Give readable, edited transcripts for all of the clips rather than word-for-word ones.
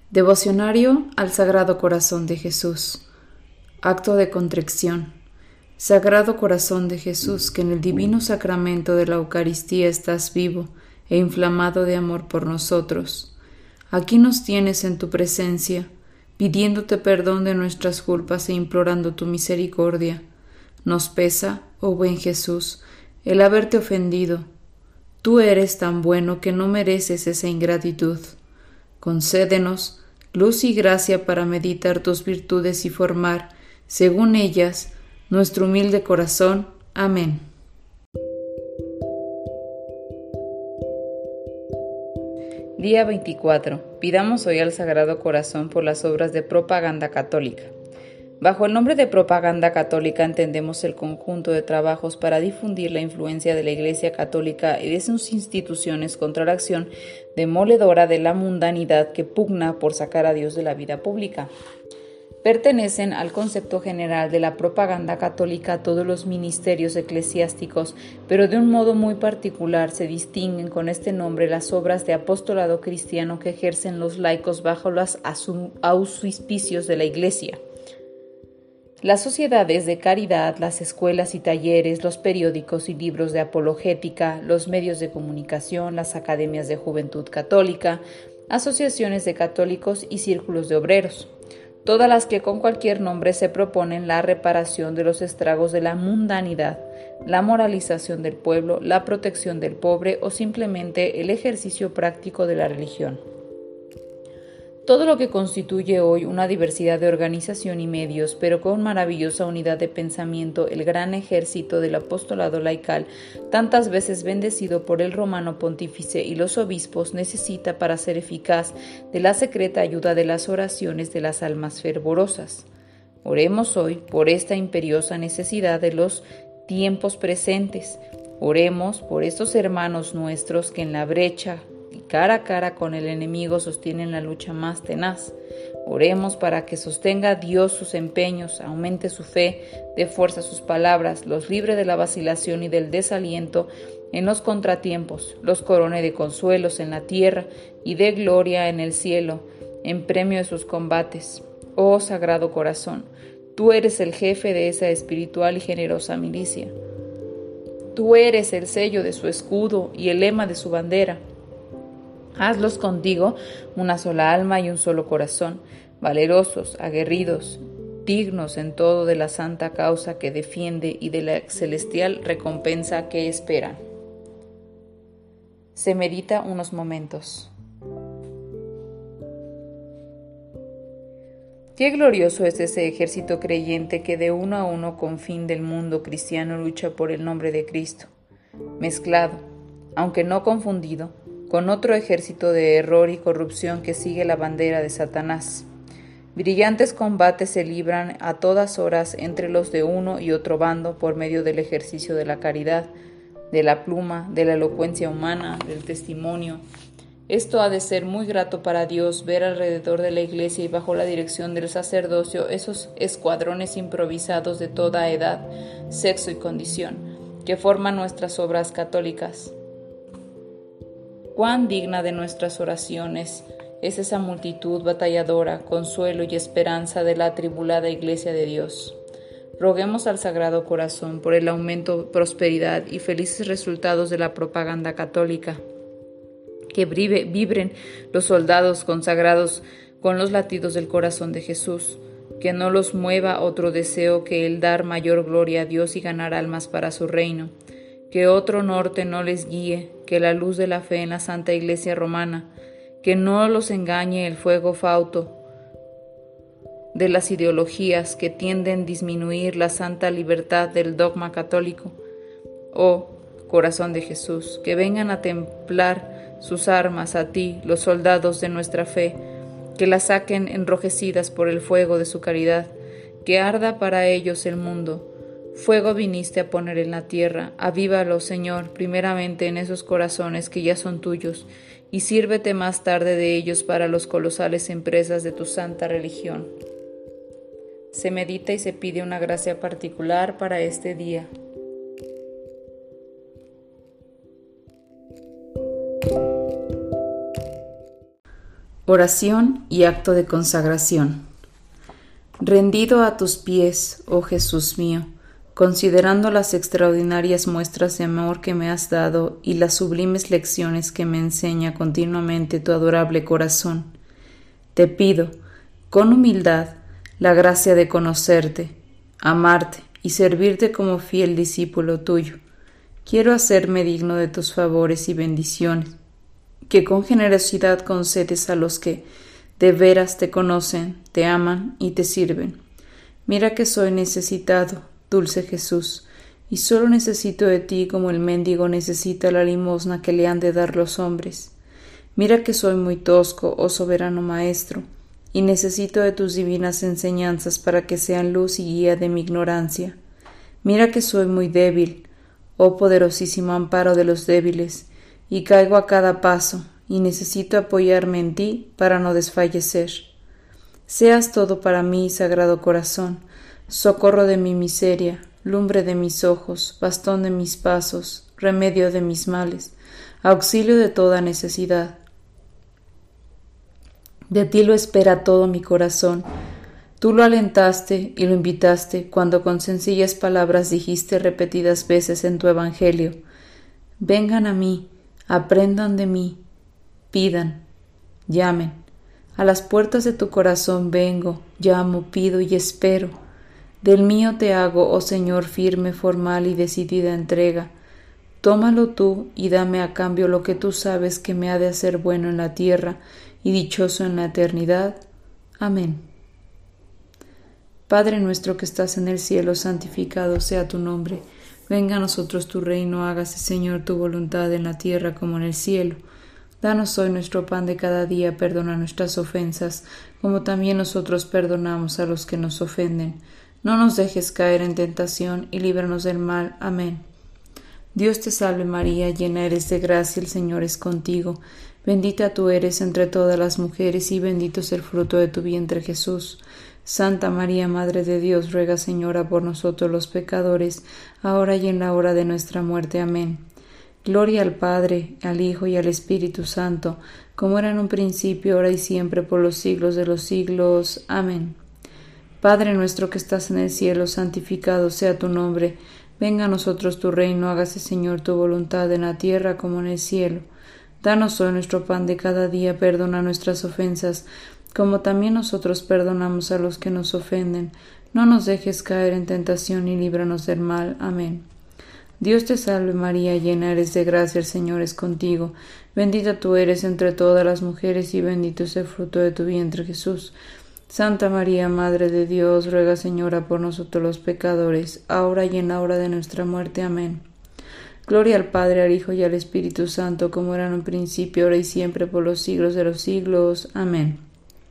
Devocionario al Sagrado Corazón de Jesús. Acto de contrición. Sagrado Corazón de Jesús, que en el divino sacramento de la Eucaristía estás vivo e inflamado de amor por nosotros. Aquí nos tienes en tu presencia, pidiéndote perdón de nuestras culpas e implorando tu misericordia. Nos pesa, oh buen Jesús, el haberte ofendido. Tú eres tan bueno que no mereces esa ingratitud. Concédenos luz y gracia para meditar tus virtudes y formar, según ellas, nuestro humilde corazón. Amén. Día 24. Pidamos hoy al Sagrado Corazón por las obras de propaganda católica. Bajo el nombre de propaganda católica entendemos el conjunto de trabajos para difundir la influencia de la Iglesia Católica y de sus instituciones contra la acción demoledora de la mundanidad que pugna por sacar a Dios de la vida pública. Pertenecen al concepto general de la propaganda católica todos los ministerios eclesiásticos, pero de un modo muy particular se distinguen con este nombre las obras de apostolado cristiano que ejercen los laicos bajo los auspicios de la Iglesia. Las sociedades de caridad, las escuelas y talleres, los periódicos y libros de apologética, los medios de comunicación, las academias de juventud católica, asociaciones de católicos y círculos de obreros, todas las que con cualquier nombre se proponen la reparación de los estragos de la mundanidad, la moralización del pueblo, la protección del pobre o simplemente el ejercicio práctico de la religión. Todo lo que constituye hoy una diversidad de organización y medios, pero con maravillosa unidad de pensamiento, el gran ejército del apostolado laical, tantas veces bendecido por el romano pontífice y los obispos, necesita para ser eficaz de la secreta ayuda de las oraciones de las almas fervorosas. Oremos hoy por esta imperiosa necesidad de los tiempos presentes. Oremos por estos hermanos nuestros que en la brecha y cara a cara con el enemigo sostienen la lucha más tenaz. Oremos para que sostenga Dios sus empeños, aumente su fe, dé fuerza a sus palabras, los libre de la vacilación y del desaliento en los contratiempos, los corone de consuelos en la tierra y de gloria en el cielo, en premio de sus combates. Oh Sagrado Corazón, tú eres el jefe de esa espiritual y generosa milicia. Tú eres el sello de su escudo y el lema de su bandera. Hazlos contigo una sola alma y un solo corazón, valerosos, aguerridos, dignos en todo de la santa causa que defiende y de la celestial recompensa que esperan. Se medita unos momentos. Qué glorioso es ese ejército creyente que de uno a uno con fin del mundo cristiano lucha por el nombre de Cristo, mezclado, aunque no confundido, con otro ejército de error y corrupción que sigue la bandera de Satanás. Brillantes combates se libran a todas horas entre los de uno y otro bando por medio del ejercicio de la caridad, de la pluma, de la elocuencia humana, del testimonio. Esto ha de ser muy grato para Dios ver alrededor de la Iglesia y bajo la dirección del sacerdocio esos escuadrones improvisados de toda edad, sexo y condición, que forman nuestras obras católicas. Cuán digna de nuestras oraciones es esa multitud batalladora, consuelo y esperanza de la atribulada Iglesia de Dios. Roguemos al Sagrado Corazón por el aumento, prosperidad y felices resultados de la propaganda católica. Que vibren los soldados consagrados con los latidos del corazón de Jesús. Que no los mueva otro deseo que el dar mayor gloria a Dios y ganar almas para su reino. Que otro norte no les guíe, que la luz de la fe en la Santa Iglesia Romana, que no los engañe el fuego fausto de las ideologías que tienden a disminuir la santa libertad del dogma católico. Oh, Corazón de Jesús, que vengan a templar sus armas a ti, los soldados de nuestra fe, que las saquen enrojecidas por el fuego de su caridad, que arda para ellos el mundo. Fuego viniste a poner en la tierra, avívalo, Señor, primeramente en esos corazones que ya son tuyos, y sírvete más tarde de ellos para las colosales empresas de tu santa religión. Se medita y se pide una gracia particular para este día. Oración y acto de consagración. Rendido a tus pies, oh Jesús mío, considerando las extraordinarias muestras de amor que me has dado y las sublimes lecciones que me enseña continuamente tu adorable corazón, te pido, con humildad, la gracia de conocerte, amarte y servirte como fiel discípulo tuyo. Quiero hacerme digno de tus favores y bendiciones, que con generosidad concedes a los que de veras te conocen, te aman y te sirven. Mira que soy necesitado, dulce Jesús, y solo necesito de ti como el mendigo necesita la limosna que le han de dar los hombres. Mira que soy muy tosco, oh soberano Maestro, y necesito de tus divinas enseñanzas para que sean luz y guía de mi ignorancia. Mira que soy muy débil, oh poderosísimo amparo de los débiles, y caigo a cada paso, y necesito apoyarme en ti para no desfallecer. Seas todo para mí, Sagrado Corazón, socorro de mi miseria, lumbre de mis ojos, bastón de mis pasos, remedio de mis males, auxilio de toda necesidad. De ti lo espera todo mi corazón. Tú lo alentaste y lo invitaste cuando con sencillas palabras dijiste repetidas veces en tu Evangelio: vengan a mí, aprendan de mí, pidan, llamen. A las puertas de tu corazón vengo, llamo, pido y espero. Del mío te hago, oh Señor, firme, formal y decidida entrega. Tómalo tú y dame a cambio lo que tú sabes que me ha de hacer bueno en la tierra y dichoso en la eternidad. Amén. Padre nuestro que estás en el cielo, santificado sea tu nombre. Venga a nosotros tu reino, hágase, Señor, tu voluntad en la tierra como en el cielo. Danos hoy nuestro pan de cada día, perdona nuestras ofensas, como también nosotros perdonamos a los que nos ofenden. No nos dejes caer en tentación y líbranos del mal. Amén. Dios te salve María, llena eres de gracia, el Señor es contigo. Bendita tú eres entre todas las mujeres y bendito es el fruto de tu vientre, Jesús. Santa María, Madre de Dios, ruega, Señora, por nosotros los pecadores, ahora y en la hora de nuestra muerte. Amén. Gloria al Padre, al Hijo y al Espíritu Santo, como era en un principio, ahora y siempre, por los siglos de los siglos. Amén. Padre nuestro que estás en el cielo, santificado sea tu nombre. Venga a nosotros tu reino, hágase, Señor, tu voluntad en la tierra como en el cielo. Danos hoy nuestro pan de cada día, perdona nuestras ofensas, como también nosotros perdonamos a los que nos ofenden. No nos dejes caer en tentación y líbranos del mal. Amén. Dios te salve María, llena eres de gracia, el Señor es contigo. Bendita tú eres entre todas las mujeres y bendito es el fruto de tu vientre, Jesús. Santa María, Madre de Dios, ruega, Señora, por nosotros los pecadores, ahora y en la hora de nuestra muerte. Amén. Gloria al Padre, al Hijo y al Espíritu Santo, como era en un principio, ahora y siempre, por los siglos de los siglos. Amén.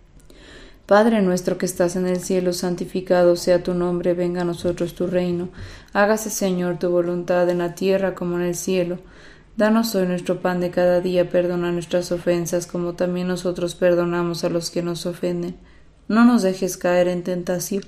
Padre nuestro que estás en el cielo, santificado sea tu nombre, venga a nosotros tu reino. Hágase, Señor, tu voluntad en la tierra como en el cielo. Danos hoy nuestro pan de cada día, perdona nuestras ofensas, como también nosotros perdonamos a los que nos ofenden. No nos dejes caer en tentación,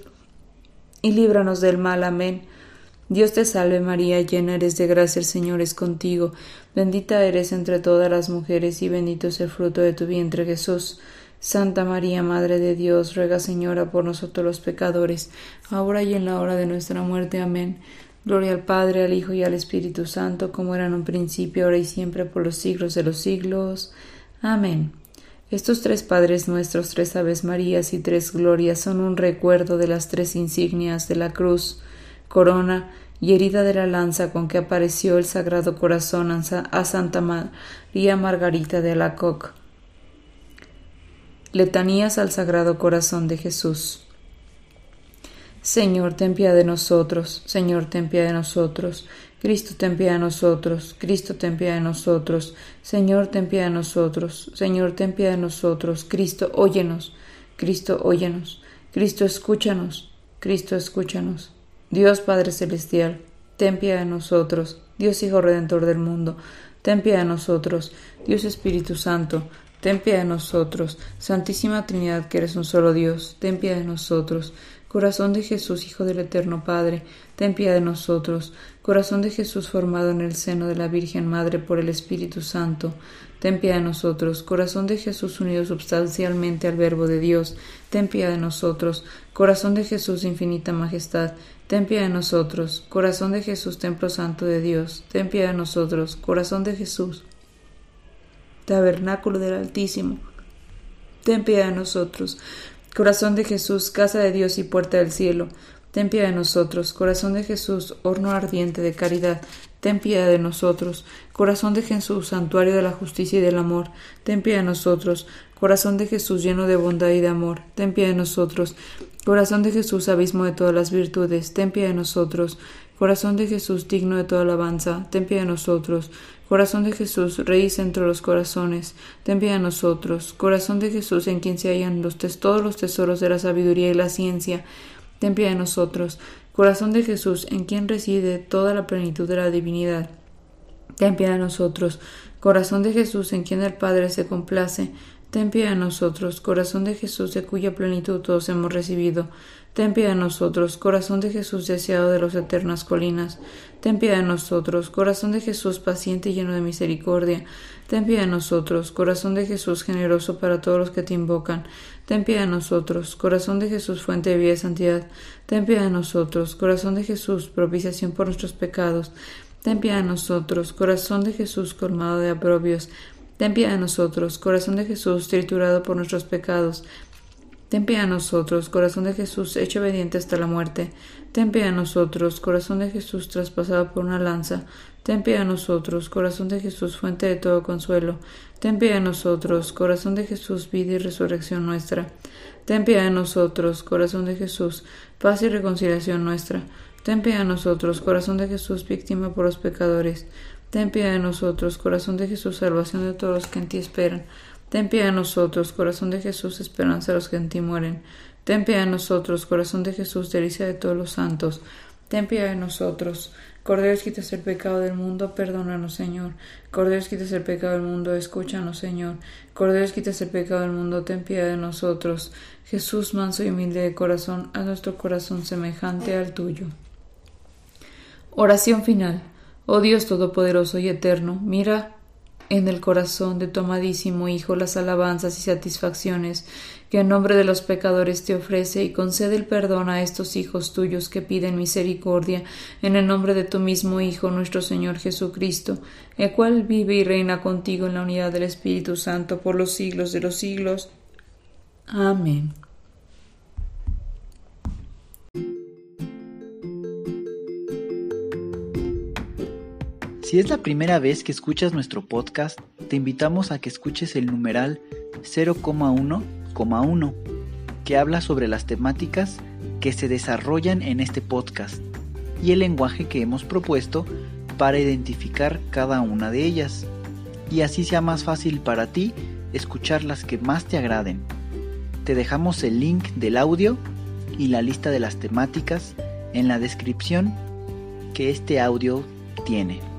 y líbranos del mal. Amén. Dios te salve María, llena eres de gracia, el Señor es contigo. Bendita eres entre todas las mujeres, y bendito es el fruto de tu vientre, Jesús. Santa María, Madre de Dios, ruega, Señora, por nosotros los pecadores, ahora y en la hora de nuestra muerte. Amén. Gloria al Padre, al Hijo y al Espíritu Santo, como era en un principio, ahora y siempre, por los siglos de los siglos. Amén. Estos tres Padres nuestros, tres Aves Marías y tres Glorias son un recuerdo de las tres insignias de la cruz, corona y herida de la lanza con que apareció el Sagrado Corazón a Santa María Margarita de Alacoque. Letanías al Sagrado Corazón de Jesús. Señor, ten piedad de nosotros. Señor, ten piedad de nosotros. Cristo, ten piedad de nosotros. Cristo, ten piedad de nosotros. Señor, ten piedad de nosotros. Señor, ten piedad de nosotros. Cristo, óyenos. Cristo, óyenos. Cristo, escúchanos. Cristo, escúchanos. Dios Padre Celestial, ten piedad de nosotros. Dios Hijo Redentor del mundo, ten piedad de nosotros. Dios Espíritu Santo, ten piedad de nosotros. Santísima Trinidad, que eres un solo Dios, ten piedad de nosotros. Corazón de Jesús, Hijo del Eterno Padre, ten piedad de nosotros. Corazón de Jesús formado en el seno de la Virgen Madre por el Espíritu Santo, ten piedad de nosotros. Corazón de Jesús unido substancialmente al Verbo de Dios, ten piedad de nosotros. Corazón de Jesús de infinita majestad, ten piedad de nosotros. Corazón de Jesús, templo santo de Dios, ten piedad de nosotros. Corazón de Jesús, tabernáculo del Altísimo, ten piedad de nosotros. Corazón de Jesús, casa de Dios y puerta del cielo, ten piedad de nosotros. Corazón de Jesús, horno ardiente de caridad, ten piedad de nosotros. Corazón de Jesús, santuario de la justicia y del amor, ten piedad de nosotros. Corazón de Jesús, lleno de bondad y de amor, ten piedad de nosotros. Corazón de Jesús, abismo de todas las virtudes, ten piedad de nosotros. Corazón de Jesús, digno de toda alabanza, ten piedad de nosotros. Corazón de Jesús, Rey entre los corazones, ten piedad de nosotros. Corazón de Jesús, en quien se hallan todos los tesoros de la sabiduría y la ciencia, ten piedad de nosotros. Corazón de Jesús, en quien reside toda la plenitud de la divinidad, ten piedad de nosotros. Corazón de Jesús, en quien el Padre se complace, ten piedad de nosotros. Corazón de Jesús, de cuya plenitud todos hemos recibido, ten piedad de nosotros. Corazón de Jesús, deseado de las eternas colinas, ten piedad de nosotros. Corazón de Jesús, paciente y lleno de misericordia, ten piedad de nosotros. Corazón de Jesús, generoso para todos los que te invocan, ten piedad de nosotros. Corazón de Jesús, fuente de vida y santidad, ten piedad de nosotros. Corazón de Jesús, propiciación por nuestros pecados, ten piedad de nosotros. Corazón de Jesús, colmado de aprobios, ten piedad de nosotros. Corazón de Jesús, triturado por nuestros pecados, ten piedad de nosotros. Corazón de Jesús, hecho obediente hasta la muerte, ten piedad de nosotros. Corazón de Jesús, traspasado por una lanza, ten piedad de nosotros. Corazón de Jesús, fuente de todo consuelo, ten piedad de nosotros. Corazón de Jesús, vida y resurrección nuestra, ten piedad de nosotros. Corazón de Jesús, paz y reconciliación nuestra, ten piedad de nosotros. Corazón de Jesús, víctima por los pecadores, ten piedad de nosotros. Corazón de Jesús, salvación de todos los que en ti esperan, ten piedad de nosotros. Corazón de Jesús, esperanza de los que en ti mueren, ten piedad de nosotros. Corazón de Jesús, delicia de todos los santos, ten piedad de nosotros. Cordero, quitas el pecado del mundo, perdónanos, Señor. Cordero, quitas el pecado del mundo, escúchanos, Señor. Cordero, quitas el pecado del mundo, ten piedad de nosotros. Jesús, manso y humilde de corazón, haz nuestro corazón semejante al tuyo. Oración final. Oh Dios todopoderoso y eterno, mira en el corazón de tu amadísimo Hijo las alabanzas y satisfacciones que en nombre de los pecadores te ofrece, y concede el perdón a estos hijos tuyos que piden misericordia en el nombre de tu mismo Hijo, nuestro Señor Jesucristo, el cual vive y reina contigo en la unidad del Espíritu Santo por los siglos de los siglos. Amén. Si es la primera vez que escuchas nuestro podcast, te invitamos a que escuches el numeral 0,1,1, que habla sobre las temáticas que se desarrollan en este podcast y el lenguaje que hemos propuesto para identificar cada una de ellas, y así sea más fácil para ti escuchar las que más te agraden. Te dejamos el link del audio y la lista de las temáticas en la descripción que este audio tiene.